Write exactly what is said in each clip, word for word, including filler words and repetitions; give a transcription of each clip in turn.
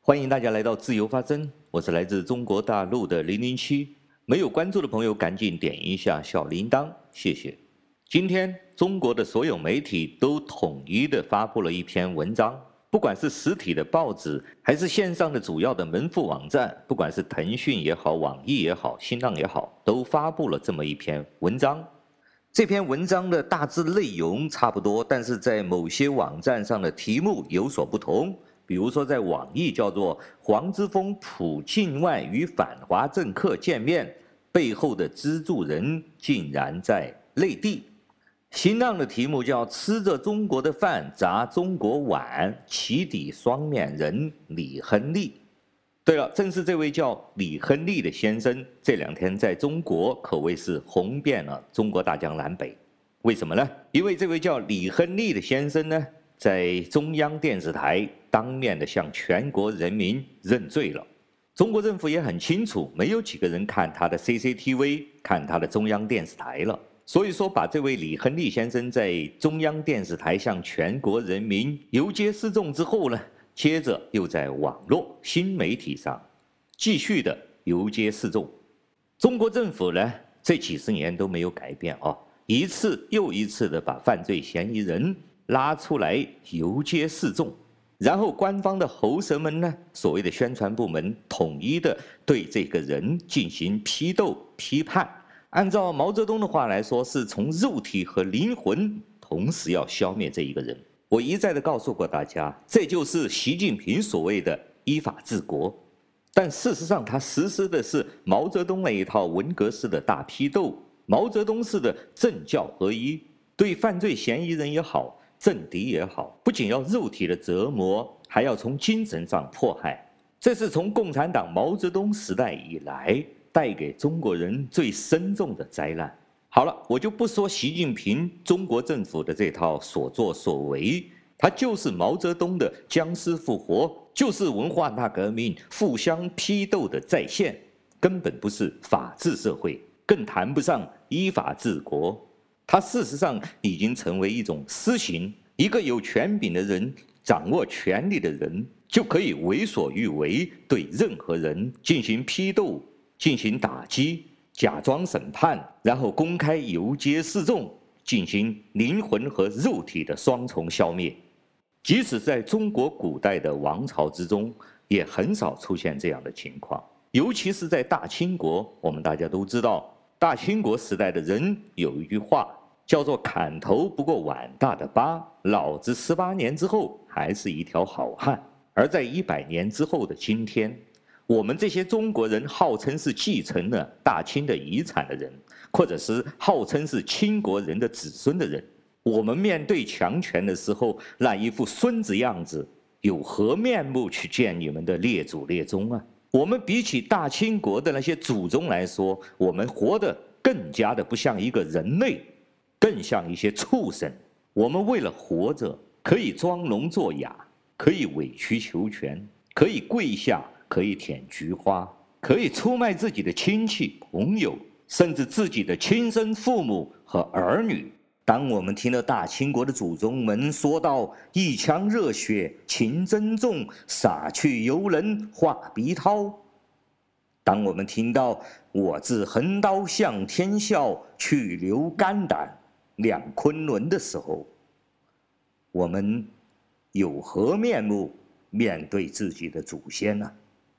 欢迎大家来到自由发声，我是来自中国大陆的零零七。没有关注的朋友，赶紧点一下小铃铛，谢谢。今天中国的所有媒体都统一的发布了一篇文章，不管是实体的报纸，还是线上的主要的门户网站，不管是腾讯也好，网易也好，新浪也好，都发布了这么一篇文章。这篇文章的大致内容差不多，但是在某些网站上的题目有所不同。比如说在网易叫做黄之锋普境外与反华政客见面，背后的资助人竟然在内地。新浪的题目叫吃着中国的饭砸中国碗，起底双面人李亨利。对了，正是这位叫李亨利的先生，这两天在中国可谓是红遍了中国大江南北。为什么呢？因为这位叫李亨利的先生呢，在中央电视台当面的向全国人民认罪了。中国政府也很清楚，没有几个人看他的 C C T V， 看他的中央电视台了。所以说，把这位李亨利先生在中央电视台向全国人民游街示众之后呢，接着又在网络新媒体上继续的游街示众。中国政府呢，这几十年都没有改变啊，一次又一次的把犯罪嫌疑人拉出来游街示众，然后官方的喉舌们呢，所谓的宣传部门统一的对这个人进行批斗批判。按照毛泽东的话来说，是从肉体和灵魂同时要消灭这一个人。我一再的告诉过大家，这就是习近平所谓的依法治国，但事实上他实施的是毛泽东那一套文革式的大批斗，毛泽东式的政教合一，对犯罪嫌疑人也好，政敌也好，不仅要肉体的折磨，还要从精神上迫害。这是从共产党毛泽东时代以来带给中国人最深重的灾难。好了，我就不说习近平中国政府的这套所作所为，他就是毛泽东的僵尸复活，就是文化大革命互相批斗的再现，根本不是法治社会，更谈不上依法治国。它事实上已经成为一种私刑，一个有权柄的人，掌握权力的人，就可以为所欲为，对任何人进行批斗，进行打击，假装审判，然后公开游街示众，进行灵魂和肉体的双重消灭。即使在中国古代的王朝之中，也很少出现这样的情况。尤其是在大清国，我们大家都知道，大清国时代的人有一句话叫做砍头不过碗大的疤，老子十八年之后还是一条好汉。而在一百年之后的今天，我们这些中国人号称是继承了大清的遗产的人，或者是号称是清国人的子孙的人，我们面对强权的时候，那一副孙子样子，有何面目去见你们的列祖列宗啊？我们比起大清国的那些祖宗来说，我们活得更加的不像一个人类，更像一些畜生。我们为了活着，可以装聋作哑，可以委曲求全，可以跪下，可以舔菊花，可以出卖自己的亲戚朋友，甚至自己的亲生父母和儿女。当我们听了大清国的祖宗们说到一腔热血情真重，洒去游人画鼻涛，当我们听到我自横刀向天笑，去留肝胆两昆仑的时候，我们有何面目面对自己的祖先呢？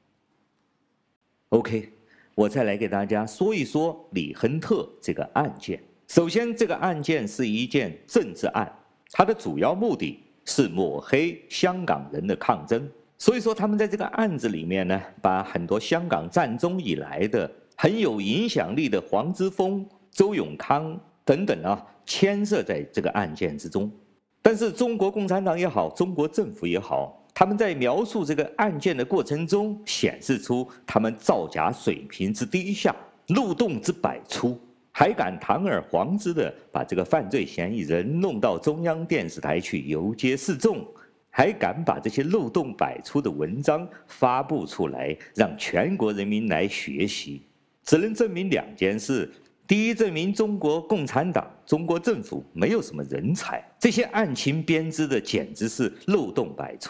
OK， 我再来给大家说一说李亨特这个案件。首先，这个案件是一件政治案，它的主要目的是抹黑香港人的抗争。所以说，他们在这个案子里面呢，把很多香港战中以来的很有影响力的黄之锋、周永康等等啊，牵涉在这个案件之中。但是，中国共产党也好，中国政府也好，他们在描述这个案件的过程中，显示出他们造假水平之低下，漏洞之百出。还敢堂而皇之的把这个犯罪嫌疑人弄到中央电视台去游街示众，还敢把这些漏洞百出的文章发布出来，让全国人民来学习，只能证明两件事：第一，证明中国共产党、中国政府没有什么人才，这些案情编织的简直是漏洞百出；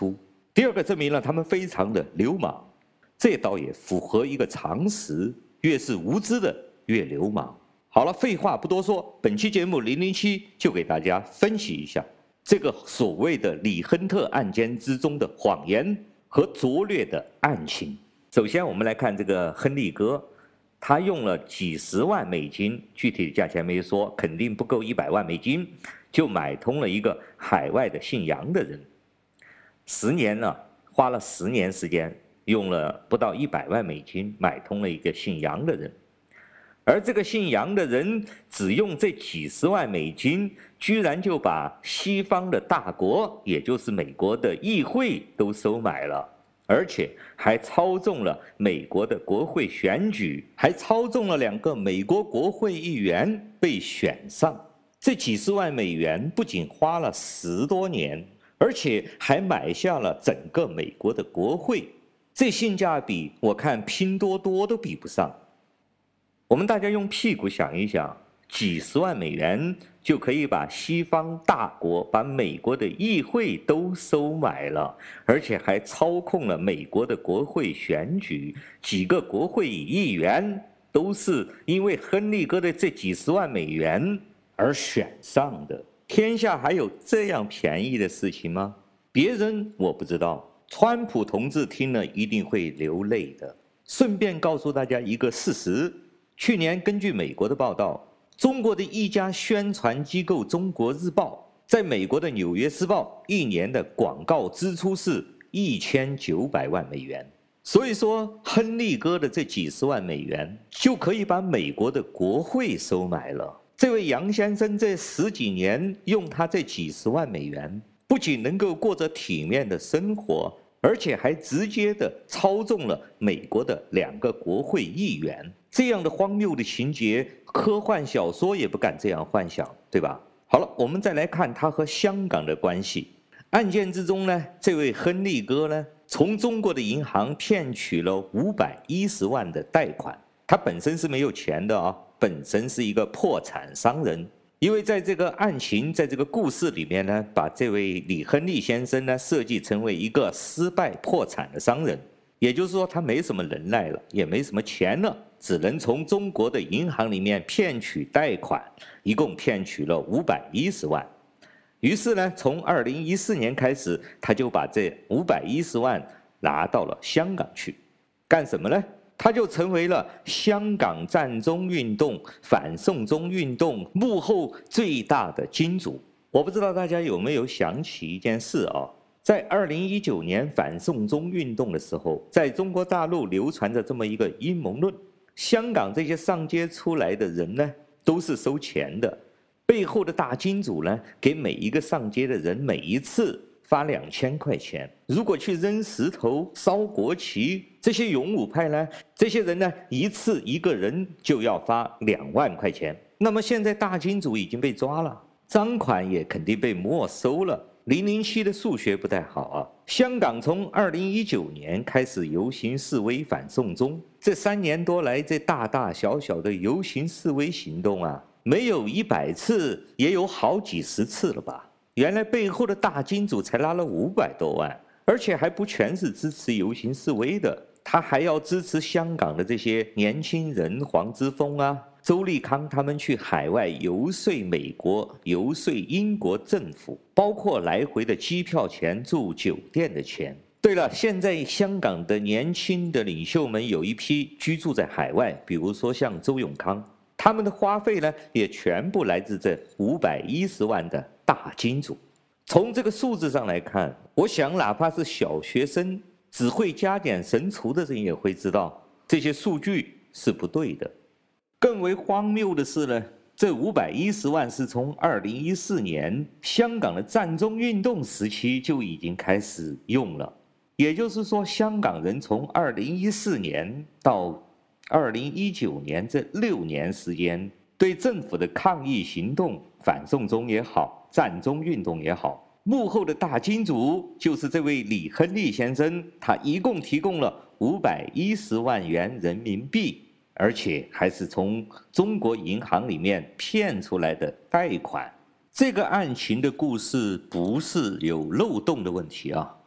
第二个证明了他们非常的流氓，这倒也符合一个常识：越是无知的越流氓。好了，废话不多说，本期节目零零七就给大家分析一下这个所谓的李亨特案件之中的谎言和拙劣的案情。首先，我们来看这个亨利哥，他用了几十万美金，具体的价钱没说，肯定不够一百万美金，就买通了一个海外的姓杨的人。十年呢，花了十年时间，用了不到一百万美金买通了一个姓杨的人。而这个姓杨的人只用这几十万美金，居然就把西方的大国，也就是美国的议会都收买了，而且还操纵了美国的国会选举，还操纵了两个美国国会议员被选上。这几十万美元不仅花了十多年，而且还买下了整个美国的国会，这性价比我看拼多多都比不上。我们大家用屁股想一想，几十万美元就可以把西方大国、把美国的议会都收买了，而且还操控了美国的国会选举，几个国会议员都是因为亨利哥的这几十万美元而选上的。天下还有这样便宜的事情吗？别人我不知道，川普同志听了一定会流泪的。顺便告诉大家一个事实，去年根据美国的报道，中国的一家宣传机构《中国日报》在美国的《纽约时报》一年的广告支出是一千九百万美元。所以说，亨利哥的这几十万美元就可以把美国的国会收买了。这位杨先生这十几年用他这几十万美元，不仅能够过着体面的生活，而且还直接的操纵了美国的两个国会议员。这样的荒谬的情节，科幻小说也不敢这样幻想，对吧？好了，我们再来看他和香港的关系。案件之中呢，这位亨利哥呢，从中国的银行骗取了五百一十万的贷款。他本身是没有钱的啊，本身是一个破产商人。因为在这个案情，在这个故事里面呢，把这位李亨利先生呢设计成为一个失败破产的商人，也就是说他没什么能耐了，也没什么钱了，只能从中国的银行里面骗取贷款，一共骗取了五百一十万。于是呢，从二零一四年开始，他就把这五百一十万拿到了香港去，干什么呢？他就成为了香港战中运动、反送中运动幕后最大的金主。我不知道大家有没有想起一件事啊？在二零一九年反送中运动的时候，在中国大陆流传着这么一个阴谋论：香港这些上街出来的人呢，都是收钱的，背后的大金主呢，给每一个上街的人每一次发两千块钱。如果去扔石头、烧国旗，这些勇武派呢，这些人呢，一次一个人就要发两万块钱。那么现在大金主已经被抓了，赃款也肯定被没收了。零零七的数学不太好啊。香港从二零一九年开始游行示威反送中，这三年多来，这大大小小的游行示威行动啊，没有一百次，也有好几十次了吧。原来背后的大金主才拿了五百多万，而且还不全是支持游行示威的，他还要支持香港的这些年轻人，黄之锋啊、周立康他们去海外游说美国、游说英国政府，包括来回的机票钱、住酒店的钱。对了，现在香港的年轻的领袖们有一批居住在海外，比如说像周永康，他们的花费呢，也全部来自这五百一十万的大金主。从这个数字上来看，我想哪怕是小学生只会加减乘除的人也会知道，这些数据是不对的。更为荒谬的是呢，这五百一十万是从二零一四年香港的战中运动时期就已经开始用了。也就是说，香港人从二零一四年到二零一九年这六年时间，对政府的抗议行动，反送中也好，战中运动也好，幕后的大金主就是这位李亨利先生，他一共提供了五百一十万元人民币，而且还是从中国银行里面骗出来的贷款。这个案情的故事不是有漏洞的问题啊，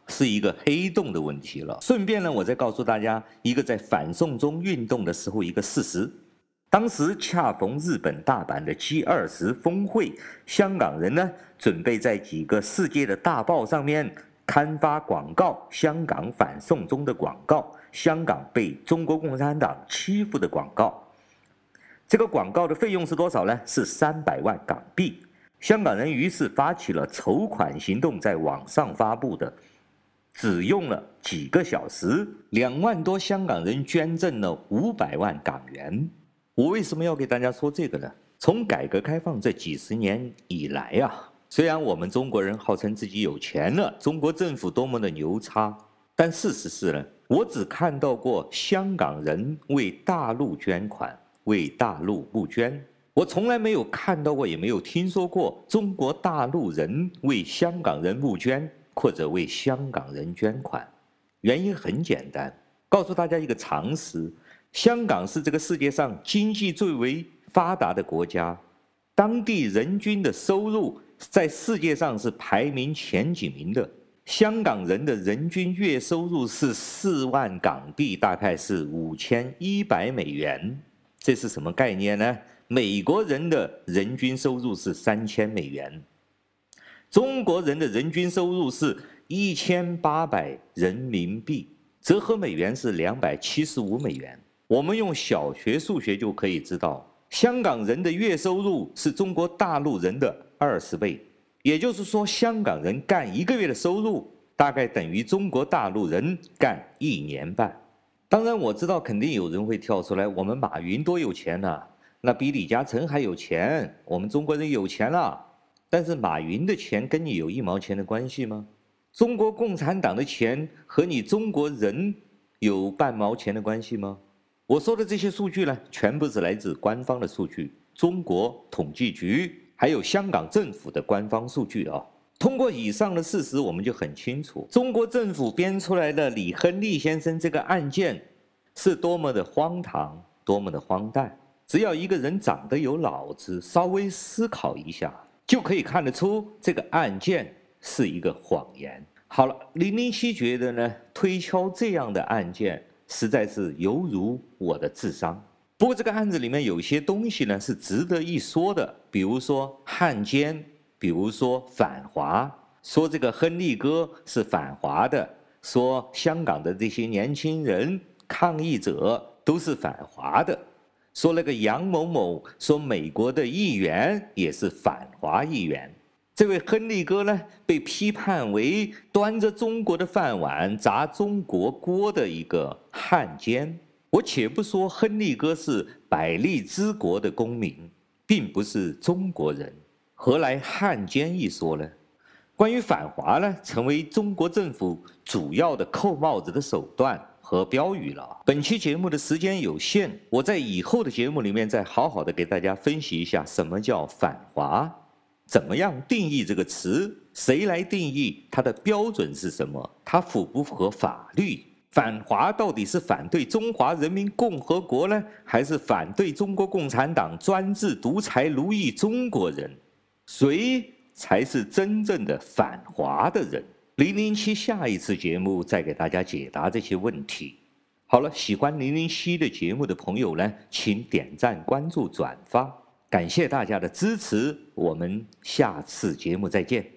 是一个黑洞的问题了。顺便呢，我再告诉大家一个在反送中运动的时候一个事实。当时恰逢日本大阪的 G 二十 峰会，香港人呢准备在几个世界的大报上面刊发广告，香港反送中的广告，香港被中国共产党欺负的广告。这个广告的费用是多少呢？是三百万港币。香港人于是发起了筹款行动，在网上发布的，只用了几个小时，两万多香港人捐赠了五百万港元。我为什么要给大家说这个呢？从改革开放这几十年以来啊，虽然我们中国人号称自己有钱了，中国政府多么的牛叉，但事实是呢，我只看到过香港人为大陆捐款，为大陆募捐。我从来没有看到过，也没有听说过中国大陆人为香港人募捐，或者为香港人捐款。原因很简单，告诉大家一个常识。香港是这个世界上经济最为发达的国家，当地人均的收入在世界上是排名前几名的。香港人的人均月收入是四万港币，大概是五千一百美元。这是什么概念呢？美国人的人均收入是三千美元，中国人的人均收入是一千八百人民币，折合美元是两百七十五美元。我们用小学数学就可以知道，香港人的月收入是中国大陆人的二十倍，也就是说，香港人干一个月的收入，大概等于中国大陆人干一年半。当然，我知道肯定有人会跳出来，我们马云多有钱呢、啊，那比李嘉诚还有钱，我们中国人有钱了。但是马云的钱跟你有一毛钱的关系吗？中国共产党的钱和你中国人有半毛钱的关系吗？我说的这些数据呢，全部是来自官方的数据，中国统计局还有香港政府的官方数据啊。通过以上的事实，我们就很清楚，中国政府编出来的李亨利先生这个案件是多么的荒唐，多么的荒诞。只要一个人长得有脑子，稍微思考一下，就可以看得出这个案件是一个谎言。好了，零零七觉得呢，推敲这样的案件实在是犹如我的智商。不过这个案子里面有些东西呢是值得一说的，比如说汉奸，比如说反华，说这个亨利哥是反华的，说香港的这些年轻人抗议者都是反华的，说那个杨某某说美国的议员也是反华议员。这位亨利哥呢，被批判为端着中国的饭碗砸中国锅的一个汉奸。我且不说亨利哥是百利之国的公民，并不是中国人，何来汉奸一说呢？关于反华呢，成为中国政府主要的扣帽子的手段和标语了。本期节目的时间有限，我在以后的节目里面再好好的给大家分析一下什么叫反华，怎么样定义这个词，谁来定义它的标准是什么，它符不符合法律？反华到底是反对中华人民共和国呢，还是反对中国共产党专制独裁奴役中国人？谁才是真正的反华的人？零零七下一次节目再给大家解答这些问题。好了，喜欢零零七的节目的朋友呢，请点赞、关注、转发，感谢大家的支持，我们下次节目再见。